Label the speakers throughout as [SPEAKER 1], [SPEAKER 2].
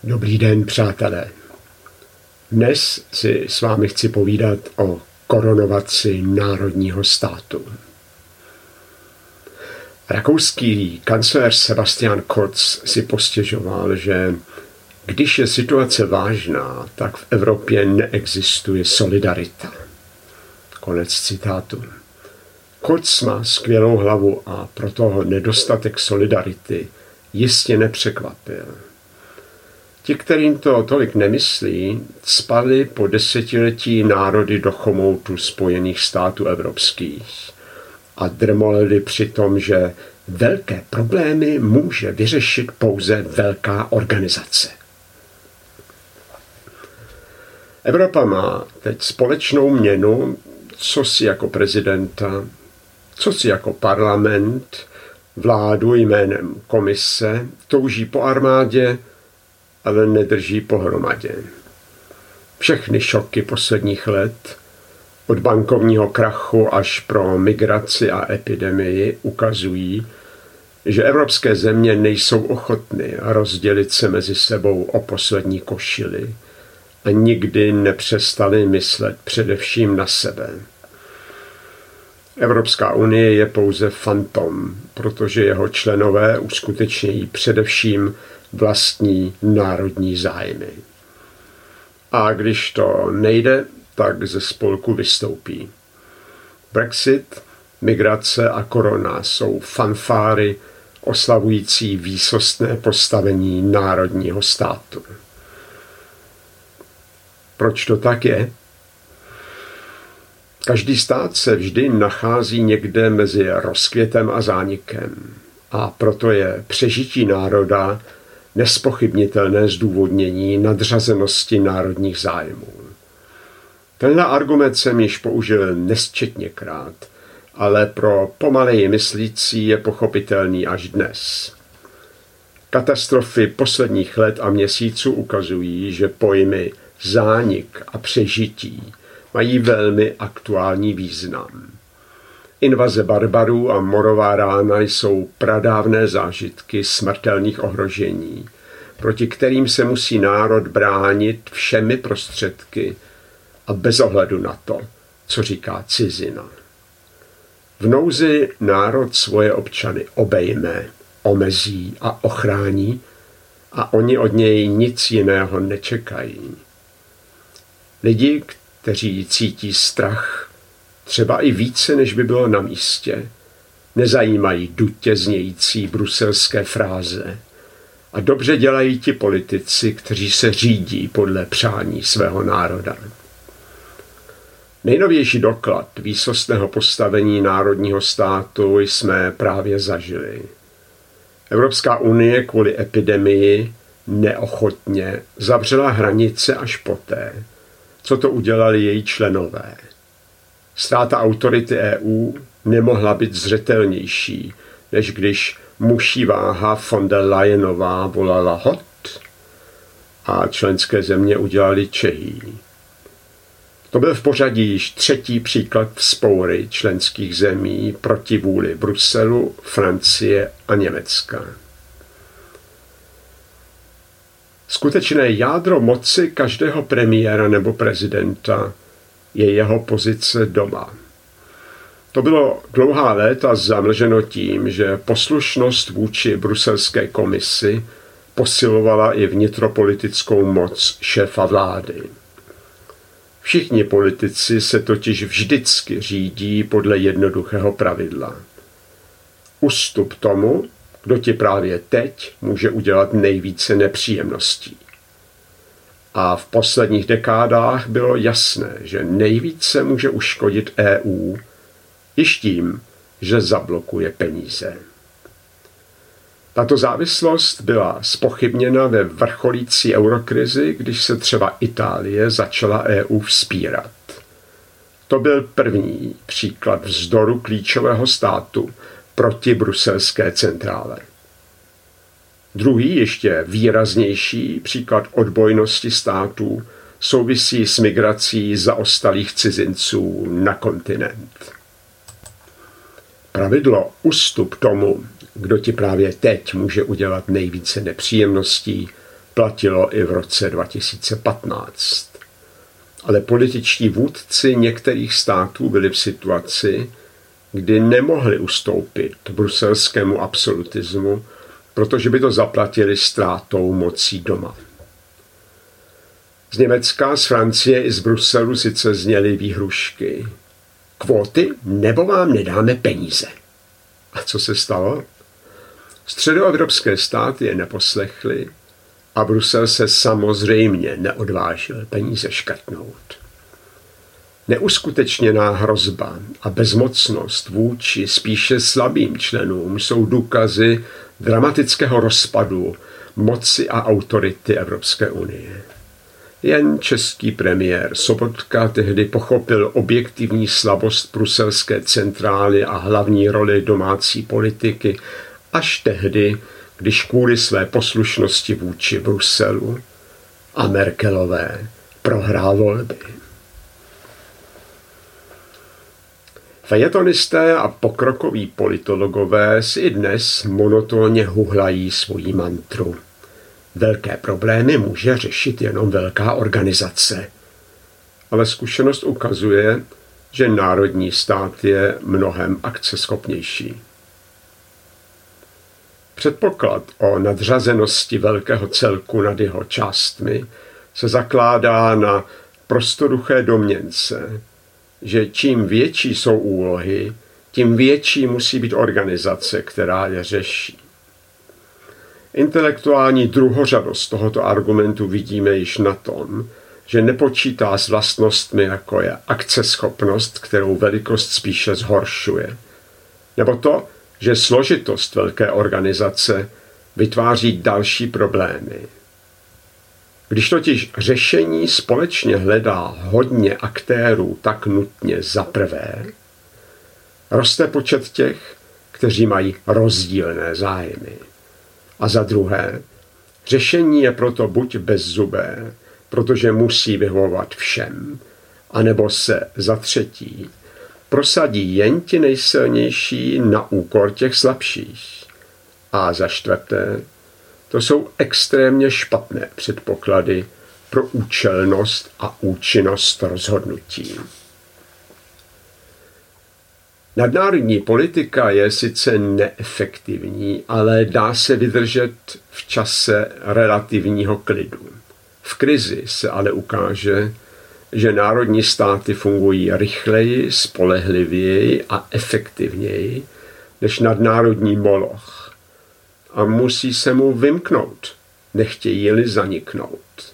[SPEAKER 1] Dobrý den, přátelé. Dnes si s vámi chci povídat o korunovaci národního státu. Rakouský kancléř Sebastian Kurz si postěžoval, že když je situace vážná, tak v Evropě neexistuje solidarita. Konec citátu. Kurz má skvělou hlavu a proto ho nedostatek solidarity jistě nepřekvapil. Ti, kterým to tolik nemyslí, cpali po desetiletí národy do chomoutu Spojených států evropských a drmolili při tom, že velké problémy může vyřešit pouze velká organizace. Evropa má teď společnou měnu, co si jako prezidenta, co si jako parlament, vládu jménem komise, touží po armádě, ale nedrží pohromadě. Všechny šoky posledních let, od bankovního krachu až pro migraci a epidemii, ukazují, že evropské země nejsou ochotny rozdělit se mezi sebou o poslední košili a nikdy nepřestali myslet především na sebe. Evropská unie je pouze fantom, protože jeho členové uskutečňují především vlastní národní zájmy. A když to nejde, tak ze spolku vystoupí. Brexit, migrace a korona jsou fanfáry oslavující výsostné postavení národního státu. Proč to tak je? Každý stát se vždy nachází někde mezi rozkvětem a zánikem a proto je přežití národa nespochybnitelné zdůvodnění nadřazenosti národních zájmů. Tenhle argument jsem již použil nesčetněkrát, ale pro pomaleji myslící je pochopitelný až dnes. Katastrofy posledních let a měsíců ukazují, že pojmy zánik a přežití mají velmi aktuální význam. Invaze barbarů a morová rána jsou pradávné zážitky smrtelných ohrožení, proti kterým se musí národ bránit všemi prostředky a bez ohledu na to, co říká cizina. V nouzi národ svoje občany obejme, omezí a ochrání a oni od něj nic jiného nečekají. Lidi, kteří cítí strach, třeba i více, než by bylo na místě, nezajímají dutě znějící bruselské fráze a dobře dělají ti politici, kteří se řídí podle přání svého národa. Nejnovější doklad výsostného postavení národního státu jsme právě zažili. Evropská unie kvůli epidemii neochotně zavřela hranice až poté, co to udělali její členové. Ztráta autority EU nemohla být zřetelnější, než když muší váha von der Leyenová volala hot a členské země udělali čehý. To byl v pořadí již třetí příklad vzpoury členských zemí proti vůli Bruselu, Francie a Německa. Skutečné jádro moci každého premiéra nebo prezidenta je jeho pozice doma. To bylo dlouhá léta zamlženo tím, že poslušnost vůči bruselské komisi posilovala i vnitropolitickou moc šéfa vlády. Všichni politici se totiž vždycky řídí podle jednoduchého pravidla. Ustup tomu, kdo ti právě teď může udělat nejvíce nepříjemností. A v posledních dekádách bylo jasné, že nejvíce může uškodit EU již tím, že zablokuje peníze. Tato závislost byla zpochybněna ve vrcholící eurokrizi, když se třeba Itálie začala EU vzpírat. To byl první příklad vzdoru klíčového státu proti bruselské centrále. Druhý, ještě výraznější příklad odbojnosti států souvisí s migrací zaostalých cizinců na kontinent. Pravidlo ustup tomu, kdo ti právě teď může udělat nejvíce nepříjemností, platilo i v roce 2015. Ale političtí vůdci některých států byli v situaci, kdy nemohli ustoupit bruselskému absolutismu, protože by to zaplatili ztrátou mocí doma. Z Německa, z Francie i z Bruselu sice zněly výhrušky. Kvóty nebo vám nedáme peníze. A co se stalo? Středoevropské státy je neposlechly a Brusel se samozřejmě neodvážil peníze škrtnout. Neuskutečněná hrozba a bezmocnost vůči spíše slabým členům jsou důkazy dramatického rozpadu moci a autority Evropské unie. Jen český premiér Sobotka tehdy pochopil objektivní slabost bruselské centrály a hlavní roli domácí politiky až tehdy, když kvůli své poslušnosti vůči Bruselu a Merkelové prohrál volby. Fejetonisté a pokrokoví politologové si i dnes monotónně huhlají svoji mantru. Velké problémy může řešit jenom velká organizace. Ale zkušenost ukazuje, že národní stát je mnohem akceschopnější. Předpoklad o nadřazenosti velkého celku nad jeho částmi se zakládá na prostoruché domněnce, že čím větší jsou úlohy, tím větší musí být organizace, která je řeší. Intelektuální druhořadost tohoto argumentu vidíme již na tom, že nepočítá s vlastnostmi, jako je akceschopnost, kterou velikost spíše zhoršuje. Nebo to, že složitost velké organizace vytváří další problémy. Když totiž řešení společně hledá hodně aktérů tak nutně za prvé, roste počet těch, kteří mají rozdílné zájmy. A za druhé, řešení je proto buď bezzubé, protože musí vyhovovat všem, anebo se za třetí prosadí jen ti nejsilnější na úkor těch slabších. A za čtvrté, to jsou extrémně špatné předpoklady pro účelnost a účinnost rozhodnutí. Nadnárodní politika je sice neefektivní, ale dá se vydržet v čase relativního klidu. V krizi se ale ukáže, že národní státy fungují rychleji, spolehlivěji a efektivněji než nadnárodní moloch a musí se mu vymknout, nechtějí-li zaniknout.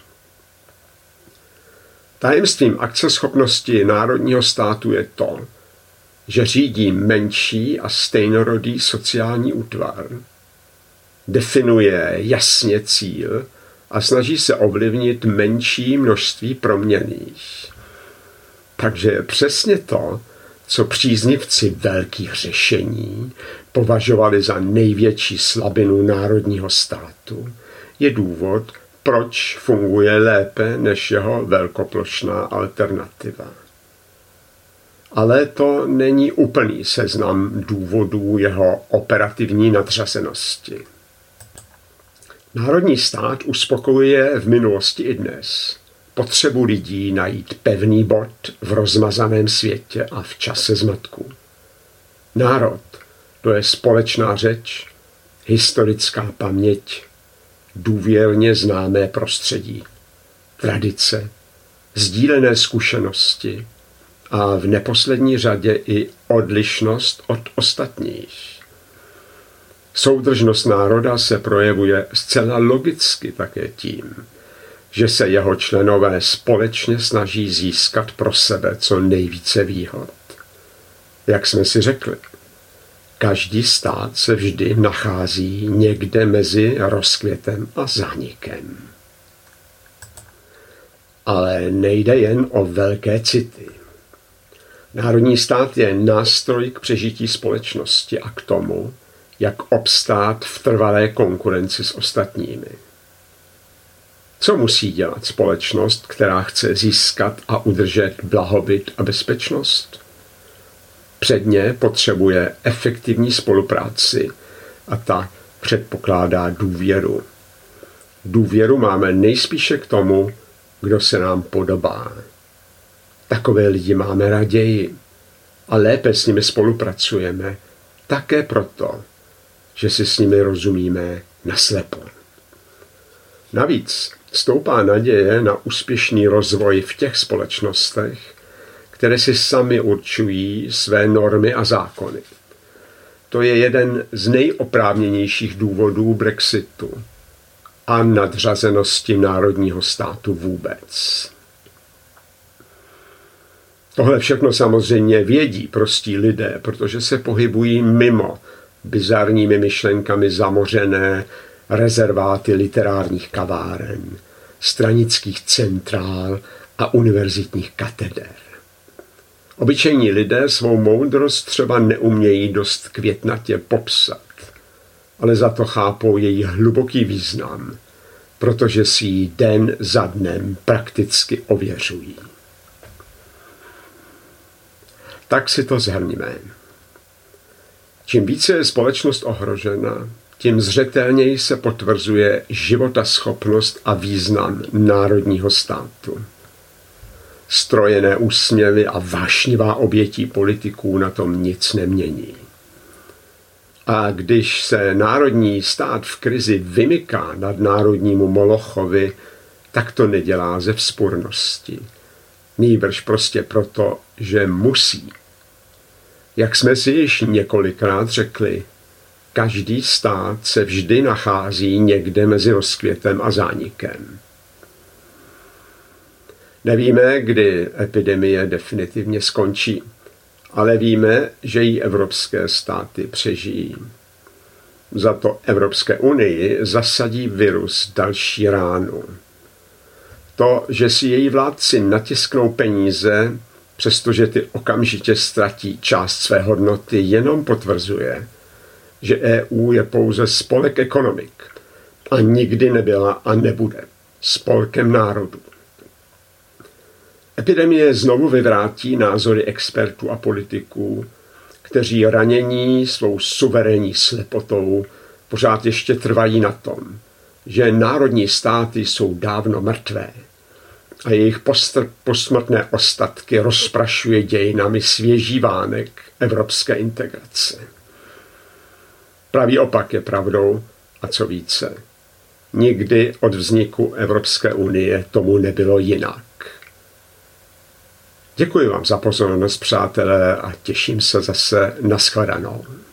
[SPEAKER 1] Tajemstvím akceschopnosti národního státu je to, že řídí menší a stejnorodý sociální útvar, definuje jasně cíl a snaží se ovlivnit menší množství proměnných. Takže je přesně to, co příznivci velkých řešení považovali za největší slabinu národního státu, je důvod, proč funguje lépe než jeho velkoplošná alternativa. Ale to není úplný seznam důvodů jeho operativní nadřazenosti. Národní stát uspokojuje v minulosti i dnes potřebu lidí najít pevný bod v rozmazaném světě a v čase zmatku. Národ, to je společná řeč, historická paměť, důvěrně známé prostředí, tradice, sdílené zkušenosti a v neposlední řadě i odlišnost od ostatních. Soudržnost národa se projevuje zcela logicky také tím, že se jeho členové společně snaží získat pro sebe co nejvíce výhod. Jak jsme si řekli, každý stát se vždy nachází někde mezi rozkvětem a zánikem. Ale nejde jen o velké city. Národní stát je nástroj k přežití společnosti a k tomu, jak obstát v trvalé konkurenci s ostatními. Co musí dělat společnost, která chce získat a udržet blahobyt a bezpečnost? Předně potřebuje efektivní spolupráci a ta předpokládá důvěru. Důvěru máme nejspíše k tomu, kdo se nám podobá. Takové lidi máme raději a lépe s nimi spolupracujeme, také proto, že si s nimi rozumíme naslepo. Navíc stoupá naděje na úspěšný rozvoj v těch společnostech, které si sami určují své normy a zákony. To je jeden z nejoprávněnějších důvodů Brexitu a nadřazenosti národního státu vůbec. Tohle všechno samozřejmě vědí prostí lidé, protože se pohybují mimo bizarními myšlenkami zamořené rezerváty literárních kaváren, stranických centrál a univerzitních kateder. Obyčejní lidé svou moudrost třeba neumějí dost květnatě popsat, ale za to chápou její hluboký význam, protože si ji den za dnem prakticky ověřují. Tak si to shrňme. Čím více je společnost ohrožena, tím zřetelněji se potvrzuje životaschopnost a význam národního státu. Strojené úsměvy a vášnivá obětí politiků na tom nic nemění. A když se národní stát v krizi vymyká nadnárodnímu Molochovi, tak to nedělá ze vzpurnosti. Nýbrž prostě proto, že musí. Jak jsme si již několikrát řekli, každý stát se vždy nachází někde mezi rozkvětem a zánikem. Nevíme, kdy epidemie definitivně skončí, ale víme, že ji evropské státy přežijí. Za to Evropské unii zasadí virus další ránu. To, že si její vládci natisknou peníze, přestože ty okamžitě ztratí část své hodnoty, jenom potvrzuje, že EU je pouze spolek ekonomik a nikdy nebyla a nebude spolkem národů. Epidemie znovu vyvrátí názory expertů a politiků, kteří ranění svou suverénní slepotou pořád ještě trvají na tom, že národní státy jsou dávno mrtvé a jejich posmrtné ostatky rozprašuje dějinami svěží vánek evropské integrace. Pravý opak je pravdou a co více. Nikdy od vzniku Evropské unie tomu nebylo jinak. Děkuji vám za pozornost, přátelé, a těším se zase na shledanou.